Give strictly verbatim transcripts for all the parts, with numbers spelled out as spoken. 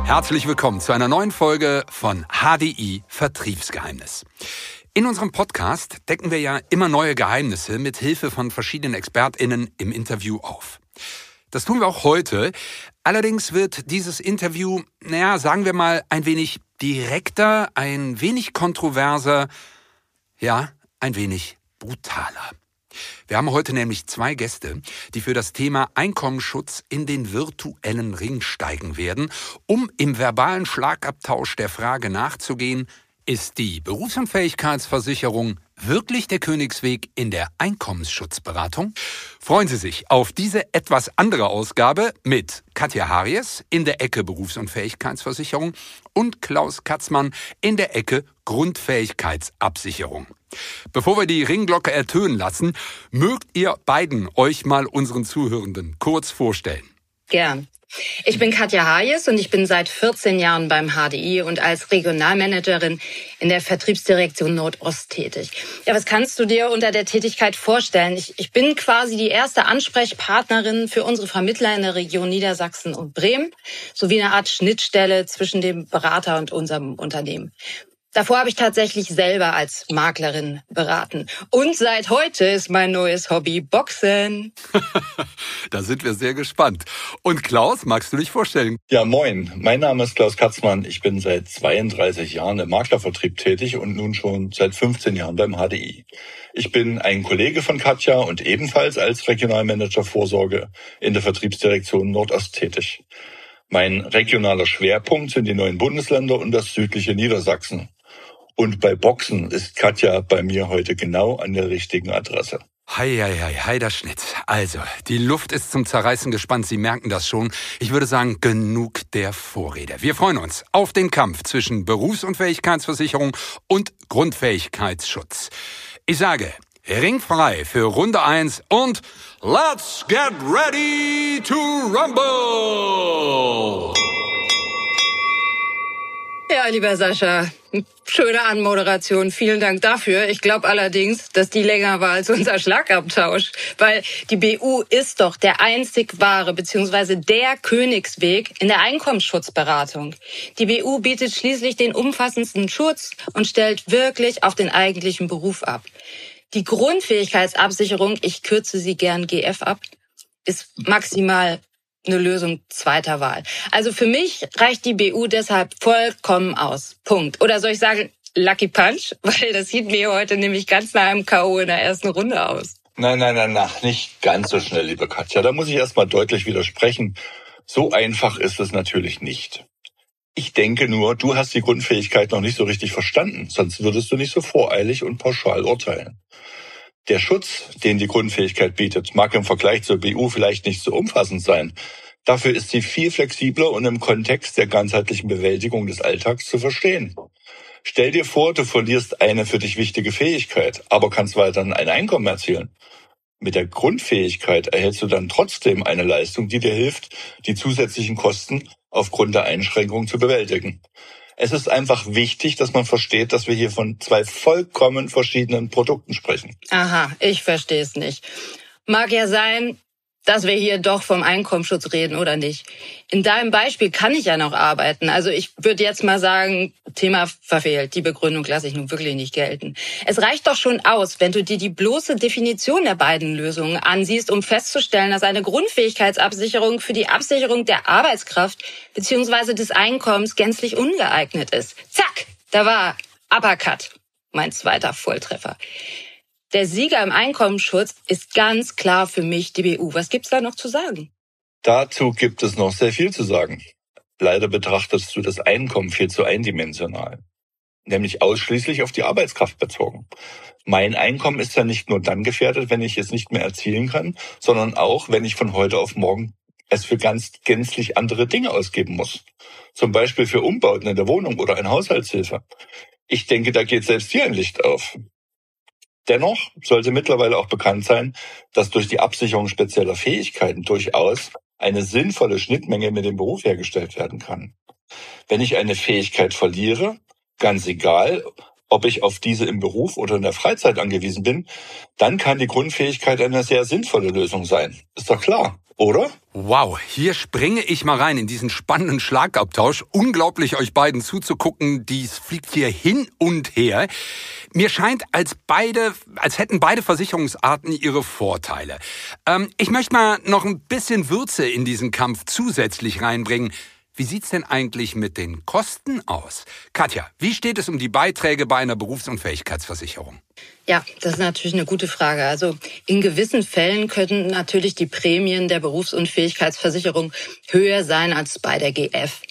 Herzlich willkommen zu einer neuen Folge von H D I Vertriebsgeheimnis. In unserem Podcast decken wir ja immer neue Geheimnisse mit Hilfe von verschiedenen ExpertInnen im Interview auf. Das tun wir auch heute. Allerdings wird dieses Interview, naja, sagen wir mal, ein wenig direkter, ein wenig kontroverser, ja, ein wenig brutaler. Wir haben heute nämlich zwei Gäste, die für das Thema Einkommensschutz in den virtuellen Ring steigen werden, um im verbalen Schlagabtausch der Frage nachzugehen: Ist die Berufsunfähigkeitsversicherung wirklich der Königsweg in der Einkommensschutzberatung? Freuen Sie sich auf diese etwas andere Ausgabe mit Katja Harjes in der Ecke Berufsunfähigkeitsversicherung und Klaus Katzmann in der Ecke Grundfähigkeitsabsicherung. Bevor wir die Ringglocke ertönen lassen, mögt ihr beiden euch mal unseren Zuhörenden kurz vorstellen. Gern. Ich bin Katja Harjes und ich bin seit vierzehn Jahren beim H D I und als Regionalmanagerin in der Vertriebsdirektion Nordost tätig. Ja, was kannst du dir unter der Tätigkeit vorstellen? Ich, ich bin quasi die erste Ansprechpartnerin für unsere Vermittler in der Region Niedersachsen und Bremen, sowie eine Art Schnittstelle zwischen dem Berater und unserem Unternehmen. Davor habe ich tatsächlich selber als Maklerin beraten. Und seit heute ist mein neues Hobby Boxen. Da sind wir sehr gespannt. Und Klaus, magst du dich vorstellen? Ja, moin. Mein Name ist Klaus Katzmann. Ich bin seit zweiunddreißig Jahren im Maklervertrieb tätig und nun schon seit fünfzehn Jahren beim H D I. Ich bin ein Kollege von Katja und ebenfalls als Regionalmanager Vorsorge in der Vertriebsdirektion Nordost tätig. Mein regionaler Schwerpunkt sind die neuen Bundesländer und das südliche Niedersachsen. Und bei Boxen ist Katja bei mir heute genau an der richtigen Adresse. Hei, hei, hei, hei, der Schnitt. Also, die Luft ist zum Zerreißen gespannt, Sie merken das schon. Ich würde sagen, genug der Vorrede. Wir freuen uns auf den Kampf zwischen Berufsunfähigkeitsversicherung und Grundfähigkeitsschutz. Ich sage, ringfrei für Runde eins und let's get ready to rumble! Ja, lieber Sascha, schöne Anmoderation. Vielen Dank dafür. Ich glaube allerdings, dass die länger war als unser Schlagabtausch. Weil die B U ist doch der einzig wahre bzw. der Königsweg in der Einkommensschutzberatung. Die B U bietet schließlich den umfassendsten Schutz und stellt wirklich auf den eigentlichen Beruf ab. Die Grundfähigkeitsabsicherung, ich kürze sie gern G F ab, ist maximal eine Lösung zweiter Wahl. Also für mich reicht die B U deshalb vollkommen aus. Punkt. Oder soll ich sagen, Lucky Punch? Weil das sieht mir heute nämlich ganz nach einem K O in der ersten Runde aus. Nein, nein, nein, nein, nicht ganz so schnell, liebe Katja. Da muss ich erstmal deutlich widersprechen. So einfach ist es natürlich nicht. Ich denke nur, du hast die Grundfähigkeit noch nicht so richtig verstanden. Sonst würdest du nicht so voreilig und pauschal urteilen. Der Schutz, den die Grundfähigkeit bietet, mag im Vergleich zur B U vielleicht nicht so umfassend sein. Dafür ist sie viel flexibler und im Kontext der ganzheitlichen Bewältigung des Alltags zu verstehen. Stell dir vor, du verlierst eine für dich wichtige Fähigkeit, aber kannst weiterhin ein Einkommen erzielen. Mit der Grundfähigkeit erhältst du dann trotzdem eine Leistung, die dir hilft, die zusätzlichen Kosten aufgrund der Einschränkung zu bewältigen. Es ist einfach wichtig, dass man versteht, dass wir hier von zwei vollkommen verschiedenen Produkten sprechen. Aha, ich verstehe es nicht. Mag ja sein, dass wir hier doch vom Einkommensschutz reden, oder nicht? In deinem Beispiel kann ich ja noch arbeiten. Also ich würde jetzt mal sagen, Thema verfehlt. Die Begründung lasse ich nun wirklich nicht gelten. Es reicht doch schon aus, wenn du dir die bloße Definition der beiden Lösungen ansiehst, um festzustellen, dass eine Grundfähigkeitsabsicherung für die Absicherung der Arbeitskraft bzw. des Einkommens gänzlich ungeeignet ist. Zack, da war Uppercut, mein zweiter Volltreffer. Der Sieger im Einkommensschutz ist ganz klar für mich die B U. Was gibt's da noch zu sagen? Dazu gibt es noch sehr viel zu sagen. Leider betrachtest du das Einkommen viel zu eindimensional, nämlich ausschließlich auf die Arbeitskraft bezogen. Mein Einkommen ist ja nicht nur dann gefährdet, wenn ich es nicht mehr erzielen kann, sondern auch, wenn ich von heute auf morgen es für ganz gänzlich andere Dinge ausgeben muss. Zum Beispiel für Umbauten in der Wohnung oder in Haushaltshilfe. Ich denke, da geht selbst hier ein Licht auf. Dennoch sollte mittlerweile auch bekannt sein, dass durch die Absicherung spezieller Fähigkeiten durchaus eine sinnvolle Schnittmenge mit dem Beruf hergestellt werden kann. Wenn ich eine Fähigkeit verliere, ganz egal, ob ich auf diese im Beruf oder in der Freizeit angewiesen bin, dann kann die Grundfähigkeit eine sehr sinnvolle Lösung sein. Ist doch klar. oder? Wow, hier springe ich mal rein in diesen spannenden Schlagabtausch. Unglaublich, euch beiden zuzugucken. Dies fliegt hier hin und her. Mir scheint, als beide, als hätten beide Versicherungsarten ihre Vorteile. Ähm, ich möchte mal noch ein bisschen Würze in diesen Kampf zusätzlich reinbringen. Wie sieht's denn eigentlich mit den Kosten aus? Katja, wie steht es um die Beiträge bei einer Berufsunfähigkeitsversicherung? Ja, das ist natürlich eine gute Frage. Also in gewissen Fällen könnten natürlich die Prämien der Berufsunfähigkeitsversicherung höher sein als bei der G F.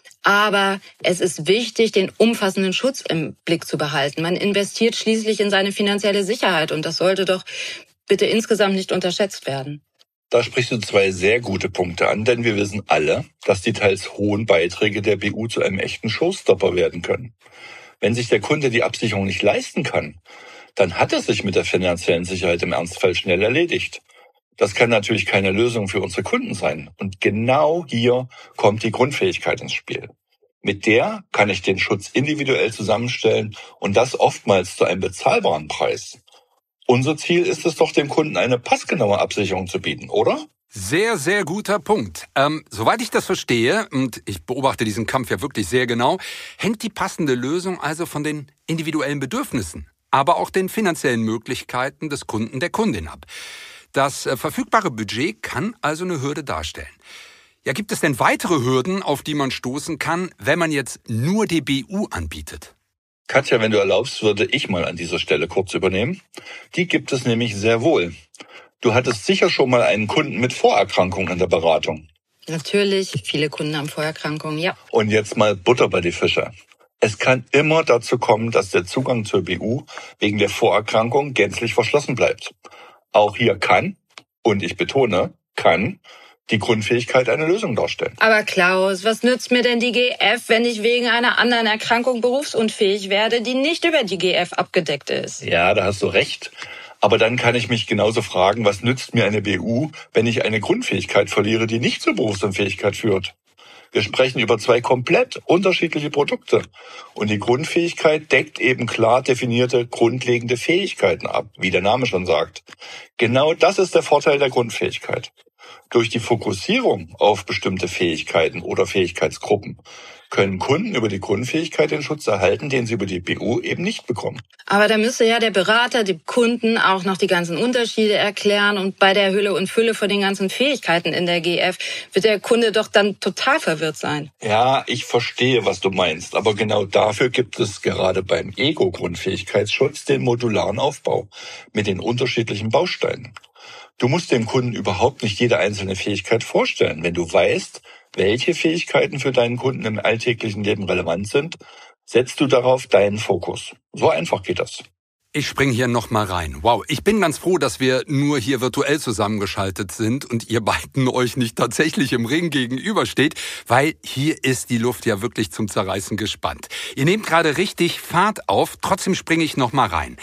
Aber es ist wichtig, den umfassenden Schutz im Blick zu behalten. Man investiert schließlich in seine finanzielle Sicherheit und das sollte doch bitte insgesamt nicht unterschätzt werden. Da sprichst du zwei sehr gute Punkte an, denn wir wissen alle, dass die teils hohen Beiträge der B U zu einem echten Showstopper werden können. Wenn sich der Kunde die Absicherung nicht leisten kann, dann hat es sich mit der finanziellen Sicherheit im Ernstfall schnell erledigt. Das kann natürlich keine Lösung für unsere Kunden sein. Und genau hier kommt die Grundfähigkeit ins Spiel. Mit der kann ich den Schutz individuell zusammenstellen und das oftmals zu einem bezahlbaren Preis. Unser Ziel ist es doch, dem Kunden eine passgenaue Absicherung zu bieten, oder? Sehr, sehr guter Punkt. Ähm, soweit ich das verstehe, und ich beobachte diesen Kampf ja wirklich sehr genau, hängt die passende Lösung also von den individuellen Bedürfnissen, aber auch den finanziellen Möglichkeiten des Kunden, der Kundin ab. Das äh, verfügbare Budget kann also eine Hürde darstellen. Ja, gibt es denn weitere Hürden, auf die man stoßen kann, wenn man jetzt nur die B U anbietet? Katja, wenn du erlaubst, würde ich mal an dieser Stelle kurz übernehmen. Die gibt es nämlich sehr wohl. Du hattest sicher schon mal einen Kunden mit Vorerkrankungen in der Beratung. Natürlich, viele Kunden haben Vorerkrankungen, ja. Und jetzt mal Butter bei die Fische. Es kann immer dazu kommen, dass der Zugang zur B U wegen der Vorerkrankung gänzlich verschlossen bleibt. Auch hier kann, und ich betone, kann, die Grundfähigkeit eine Lösung darstellen. Aber Klaus, was nützt mir denn die G F, wenn ich wegen einer anderen Erkrankung berufsunfähig werde, die nicht über die G F abgedeckt ist? Ja, da hast du recht. Aber dann kann ich mich genauso fragen, was nützt mir eine B U, wenn ich eine Grundfähigkeit verliere, die nicht zur Berufsunfähigkeit führt? Wir sprechen über zwei komplett unterschiedliche Produkte. Und die Grundfähigkeit deckt eben klar definierte grundlegende Fähigkeiten ab, wie der Name schon sagt. Genau das ist der Vorteil der Grundfähigkeit. Durch die Fokussierung auf bestimmte Fähigkeiten oder Fähigkeitsgruppen können Kunden über die Grundfähigkeit den Schutz erhalten, den sie über die B U eben nicht bekommen. Aber da müsste ja der Berater dem Kunden auch noch die ganzen Unterschiede erklären und bei der Hülle und Fülle von den ganzen Fähigkeiten in der G F wird der Kunde doch dann total verwirrt sein. Ja, ich verstehe, was du meinst, aber genau dafür gibt es gerade beim Ego-Grundfähigkeitsschutz den modularen Aufbau mit den unterschiedlichen Bausteinen. Du musst dem Kunden überhaupt nicht jede einzelne Fähigkeit vorstellen. Wenn du weißt, welche Fähigkeiten für deinen Kunden im alltäglichen Leben relevant sind, setzt du darauf deinen Fokus. So einfach geht das. Ich spring hier noch mal rein. Wow, ich bin ganz froh, dass wir nur hier virtuell zusammengeschaltet sind und ihr beiden euch nicht tatsächlich im Ring gegenübersteht, weil hier ist die Luft ja wirklich zum Zerreißen gespannt. Ihr nehmt gerade richtig Fahrt auf, trotzdem springe ich noch mal rein.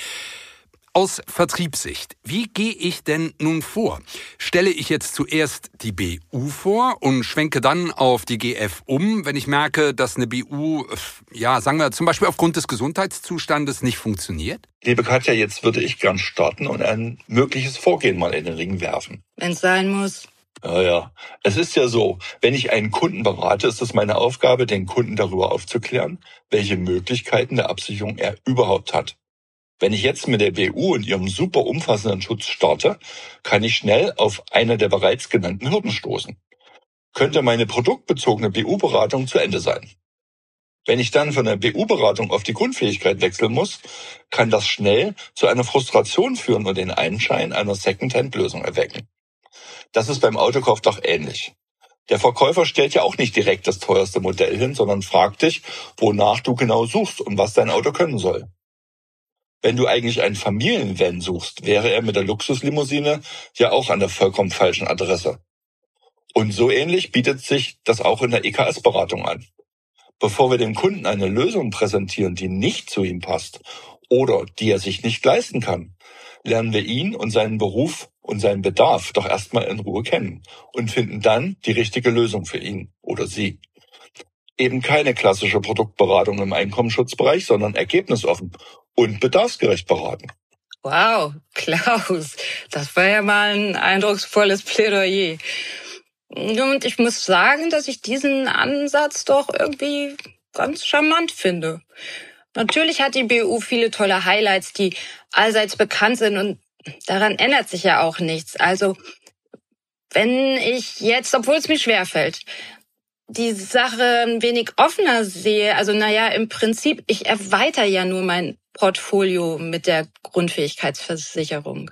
Aus Vertriebssicht, wie gehe ich denn nun vor? Stelle ich jetzt zuerst die B U vor und schwenke dann auf die G F um, wenn ich merke, dass eine B U, ja, sagen wir zum Beispiel aufgrund des Gesundheitszustandes nicht funktioniert? Liebe Katja, jetzt würde ich gern starten und ein mögliches Vorgehen mal in den Ring werfen. Wenn es sein muss. Ja, ja. Es ist ja so, wenn ich einen Kunden berate, ist es meine Aufgabe, den Kunden darüber aufzuklären, welche Möglichkeiten der Absicherung er überhaupt hat. Wenn ich jetzt mit der B U und ihrem super umfassenden Schutz starte, kann ich schnell auf eine der bereits genannten Hürden stoßen. Könnte meine produktbezogene B U-Beratung zu Ende sein. Wenn ich dann von der B U-Beratung auf die Grundfähigkeit wechseln muss, kann das schnell zu einer Frustration führen und den Anschein einer Second-Hand-Lösung erwecken. Das ist beim Autokauf doch ähnlich. Der Verkäufer stellt ja auch nicht direkt das teuerste Modell hin, sondern fragt dich, wonach du genau suchst und was dein Auto können soll. Wenn du eigentlich einen Familienvan suchst, wäre er mit der Luxuslimousine ja auch an der vollkommen falschen Adresse. Und so ähnlich bietet sich das auch in der E K S-Beratung an. Bevor wir dem Kunden eine Lösung präsentieren, die nicht zu ihm passt oder die er sich nicht leisten kann, lernen wir ihn und seinen Beruf und seinen Bedarf doch erstmal in Ruhe kennen und finden dann die richtige Lösung für ihn oder sie. Eben keine klassische Produktberatung im Einkommensschutzbereich, sondern ergebnisoffen und bedarfsgerecht beraten. Wow, Klaus, das war ja mal ein eindrucksvolles Plädoyer. Und ich muss sagen, dass ich diesen Ansatz doch irgendwie ganz charmant finde. Natürlich hat die B U viele tolle Highlights, die allseits bekannt sind und daran ändert sich ja auch nichts. Also wenn ich jetzt, obwohl es mir schwerfällt, die Sache ein wenig offener sehe, also naja, im Prinzip, ich erweitere ja nur mein Portfolio mit der Grundfähigkeitsversicherung.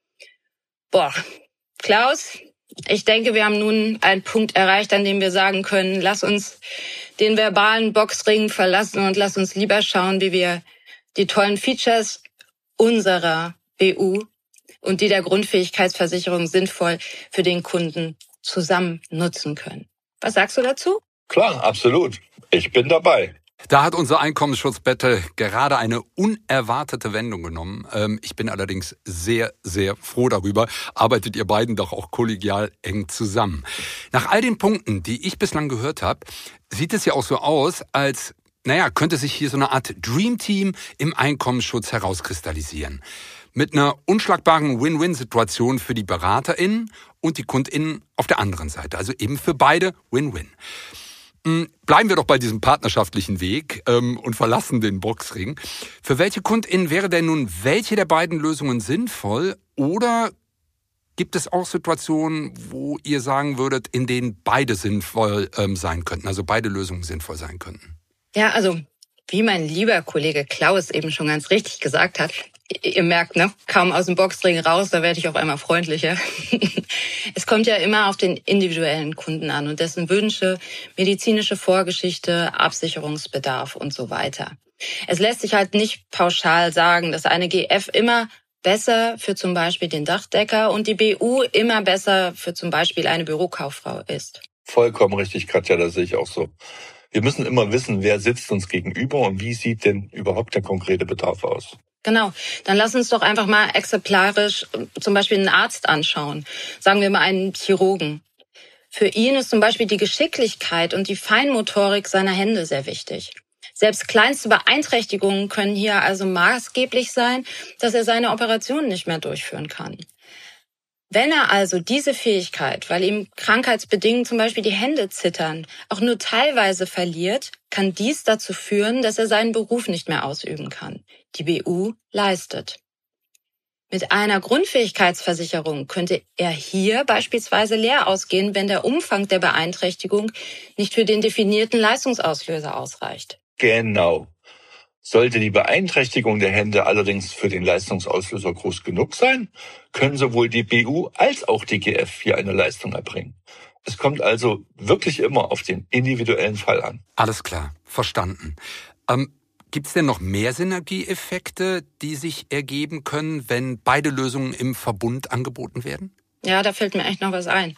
Boah, Klaus, ich denke, wir haben nun einen Punkt erreicht, an dem wir sagen können, lass uns den verbalen Boxring verlassen und lass uns lieber schauen, wie wir die tollen Features unserer B U und die der Grundfähigkeitsversicherung sinnvoll für den Kunden zusammen nutzen können. Was sagst du dazu? Klar, absolut. Ich bin dabei. Da hat unser Einkommensschutz-Battle gerade eine unerwartete Wendung genommen. Ähm, ich bin allerdings sehr, sehr froh darüber. Arbeitet ihr beiden doch auch kollegial eng zusammen. Nach all den Punkten, die ich bislang gehört habe, sieht es ja auch so aus, als, naja, könnte sich hier so eine Art Dreamteam im Einkommensschutz herauskristallisieren. Mit einer unschlagbaren Win-Win-Situation für die BeraterInnen und die KundInnen auf der anderen Seite. Also eben für beide Win-Win. Bleiben wir doch bei diesem partnerschaftlichen Weg ähm, und verlassen den Boxring. Für welche KundInnen wäre denn nun welche der beiden Lösungen sinnvoll? Oder gibt es auch Situationen, wo ihr sagen würdet, in denen beide sinnvoll ähm, sein könnten, also beide Lösungen sinnvoll sein könnten? Ja, also wie mein lieber Kollege Klaus eben schon ganz richtig gesagt hat, ihr merkt, ne, kaum aus dem Boxring raus, da werde ich auf einmal freundlicher. Es kommt ja immer auf den individuellen Kunden an und dessen Wünsche, medizinische Vorgeschichte, Absicherungsbedarf und so weiter. Es lässt sich halt nicht pauschal sagen, dass eine G F immer besser für zum Beispiel den Dachdecker und die B U immer besser für zum Beispiel eine Bürokauffrau ist. Vollkommen richtig, Katja, das sehe ich auch so. Wir müssen immer wissen, wer sitzt uns gegenüber und wie sieht denn überhaupt der konkrete Bedarf aus. Genau, dann lass uns doch einfach mal exemplarisch zum Beispiel einen Arzt anschauen. Sagen wir mal einen Chirurgen. Für ihn ist zum Beispiel die Geschicklichkeit und die Feinmotorik seiner Hände sehr wichtig. Selbst kleinste Beeinträchtigungen können hier also maßgeblich sein, dass er seine Operation nicht mehr durchführen kann. Wenn er also diese Fähigkeit, weil ihm krankheitsbedingt zum Beispiel die Hände zittern, auch nur teilweise verliert, kann dies dazu führen, dass er seinen Beruf nicht mehr ausüben kann. Die B U leistet. Mit einer Grundfähigkeitsversicherung könnte er hier beispielsweise leer ausgehen, wenn der Umfang der Beeinträchtigung nicht für den definierten Leistungsauslöser ausreicht. Genau. Sollte die Beeinträchtigung der Hände allerdings für den Leistungsauslöser groß genug sein, können sowohl die B U als auch die G F hier eine Leistung erbringen. Es kommt also wirklich immer auf den individuellen Fall an. Alles klar, verstanden. Ähm, Gibt es denn noch mehr Synergieeffekte, die sich ergeben können, wenn beide Lösungen im Verbund angeboten werden? Ja, da fällt mir echt noch was ein.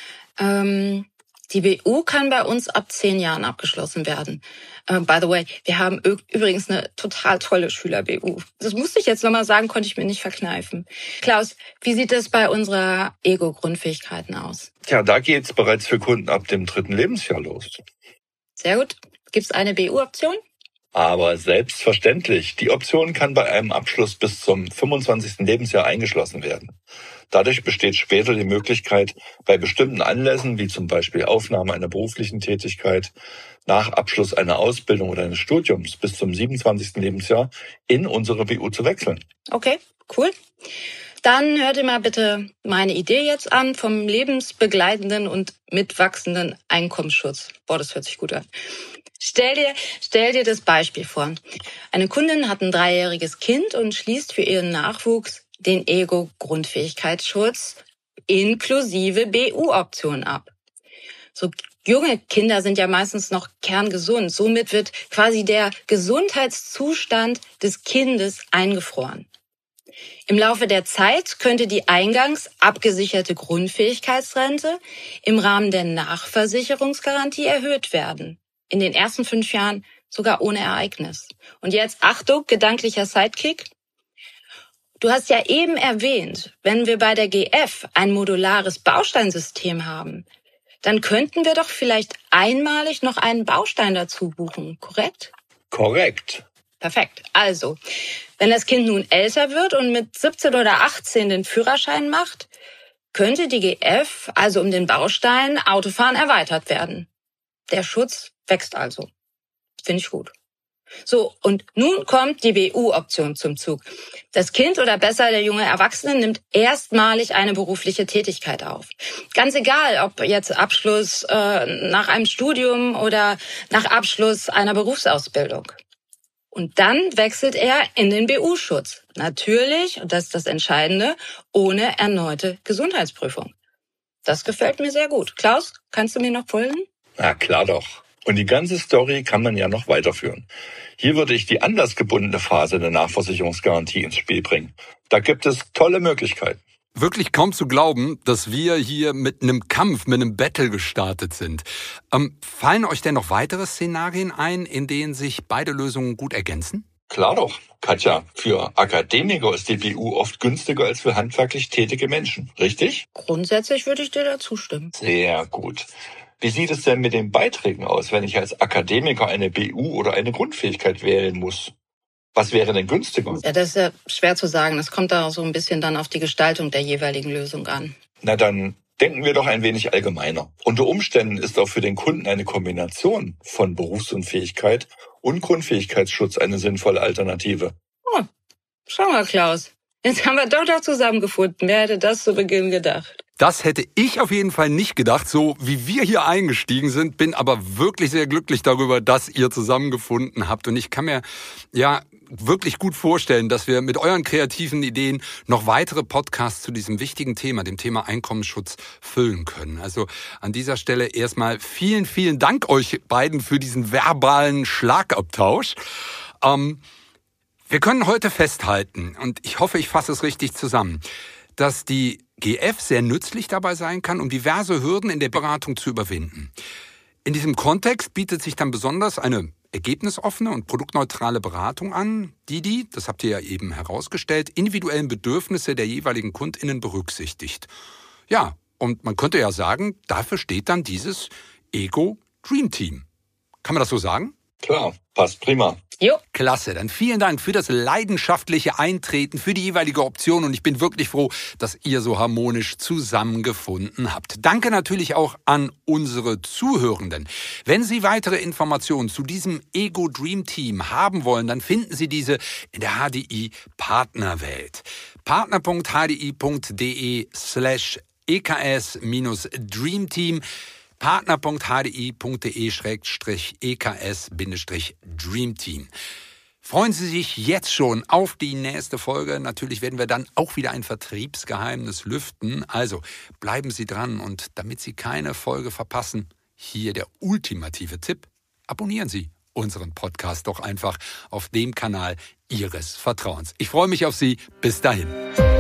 Ähm, die B U kann bei uns ab zehn Jahren abgeschlossen werden. Uh, by the way, wir haben ü- übrigens eine total tolle Schüler-B U. Das musste ich jetzt nochmal sagen, konnte ich mir nicht verkneifen. Klaus, wie sieht es bei unserer Ego-Grundfähigkeiten aus? Tja, da geht's bereits für Kunden ab dem dritten Lebensjahr los. Sehr gut. Gibt's eine B U-Option? Aber selbstverständlich, die Option kann bei einem Abschluss bis zum fünfundzwanzigsten Lebensjahr eingeschlossen werden. Dadurch besteht später die Möglichkeit, bei bestimmten Anlässen, wie zum Beispiel Aufnahme einer beruflichen Tätigkeit, nach Abschluss einer Ausbildung oder eines Studiums bis zum siebenundzwanzigsten Lebensjahr in unsere B U zu wechseln. Okay, cool. Dann hört ihr mal bitte meine Idee jetzt an vom lebensbegleitenden und mitwachsenden Einkommensschutz. Boah, das hört sich gut an. Stell dir, stell dir das Beispiel vor. Eine Kundin hat ein dreijähriges Kind und schließt für ihren Nachwuchs den Ego-Grundfähigkeitsschutz inklusive B U-Option ab. So junge Kinder sind ja meistens noch kerngesund. Somit wird quasi der Gesundheitszustand des Kindes eingefroren. Im Laufe der Zeit könnte die eingangs abgesicherte Grundfähigkeitsrente im Rahmen der Nachversicherungsgarantie erhöht werden. In den ersten fünf Jahren sogar ohne Ereignis. Und jetzt, Achtung, gedanklicher Sidekick. Du hast ja eben erwähnt, wenn wir bei der G F ein modulares Bausteinsystem haben, dann könnten wir doch vielleicht einmalig noch einen Baustein dazu buchen, korrekt? Korrekt. Perfekt. Also, wenn das Kind nun älter wird und mit siebzehn oder achtzehn den Führerschein macht, könnte die G F also um den Baustein Autofahren erweitert werden. Der Schutz wächst also. Finde ich gut. So, und nun kommt die B U-Option zum Zug. Das Kind oder besser der junge Erwachsene nimmt erstmalig eine berufliche Tätigkeit auf. Ganz egal, ob jetzt Abschluss äh, nach einem Studium oder nach Abschluss einer Berufsausbildung. Und dann wechselt er in den B U-Schutz. Natürlich, und das ist das Entscheidende, ohne erneute Gesundheitsprüfung. Das gefällt mir sehr gut. Klaus, kannst du mir noch folgen? Na klar doch. Und die ganze Story kann man ja noch weiterführen. Hier würde ich die anders gebundene Phase der Nachversicherungsgarantie ins Spiel bringen. Da gibt es tolle Möglichkeiten. Wirklich kaum zu glauben, dass wir hier mit einem Kampf, mit einem Battle gestartet sind. Ähm, fallen euch denn noch weitere Szenarien ein, in denen sich beide Lösungen gut ergänzen? Klar doch, Katja. Für Akademiker ist die B U oft günstiger als für handwerklich tätige Menschen, richtig? Grundsätzlich würde ich dir da zustimmen. Sehr gut. Wie sieht es denn mit den Beiträgen aus, wenn ich als Akademiker eine B U oder eine Grundfähigkeit wählen muss? Was wäre denn günstiger? Ja, das ist ja schwer zu sagen. Das kommt da so ein bisschen dann auf die Gestaltung der jeweiligen Lösung an. Na dann denken wir doch ein wenig allgemeiner. Unter Umständen ist auch für den Kunden eine Kombination von Berufsunfähigkeit und Grundfähigkeitsschutz eine sinnvolle Alternative. Oh, schau mal, Klaus. Jetzt haben wir doch noch zusammengefunden. Wer hätte das zu Beginn gedacht? Das hätte ich auf jeden Fall nicht gedacht, so wie wir hier eingestiegen sind, bin aber wirklich sehr glücklich darüber, dass ihr zusammengefunden habt. Und ich kann mir ja wirklich gut vorstellen, dass wir mit euren kreativen Ideen noch weitere Podcasts zu diesem wichtigen Thema, dem Thema Einkommensschutz, füllen können. Also an dieser Stelle erstmal vielen, vielen Dank euch beiden für diesen verbalen Schlagabtausch. Ähm, wir können heute festhalten, und ich hoffe, ich fasse es richtig zusammen, dass die G F sehr nützlich dabei sein kann, um diverse Hürden in der Beratung zu überwinden. In diesem Kontext bietet sich dann besonders eine ergebnisoffene und produktneutrale Beratung an, die die, das habt ihr ja eben herausgestellt, individuellen Bedürfnisse der jeweiligen KundInnen berücksichtigt. Ja, und man könnte ja sagen, dafür steht dann dieses Ego Dream Team. Kann man das so sagen? Klar, passt prima. Jo. Klasse, dann vielen Dank für das leidenschaftliche Eintreten, für die jeweilige Option und ich bin wirklich froh, dass ihr so harmonisch zusammengefunden habt. Danke natürlich auch an unsere Zuhörenden. Wenn Sie weitere Informationen zu diesem Ego Dream Team haben wollen, dann finden Sie diese in der H D I Partnerwelt. partner.hdi.de slash eks-dreamteam partner.hdi.de schrägstrich eks-dreamteam. Freuen Sie sich jetzt schon auf die nächste Folge. Natürlich werden wir dann auch wieder ein Vertriebsgeheimnis lüften. Also bleiben Sie dran und damit Sie keine Folge verpassen, hier der ultimative Tipp. Abonnieren Sie unseren Podcast doch einfach auf dem Kanal Ihres Vertrauens. Ich freue mich auf Sie. Bis dahin.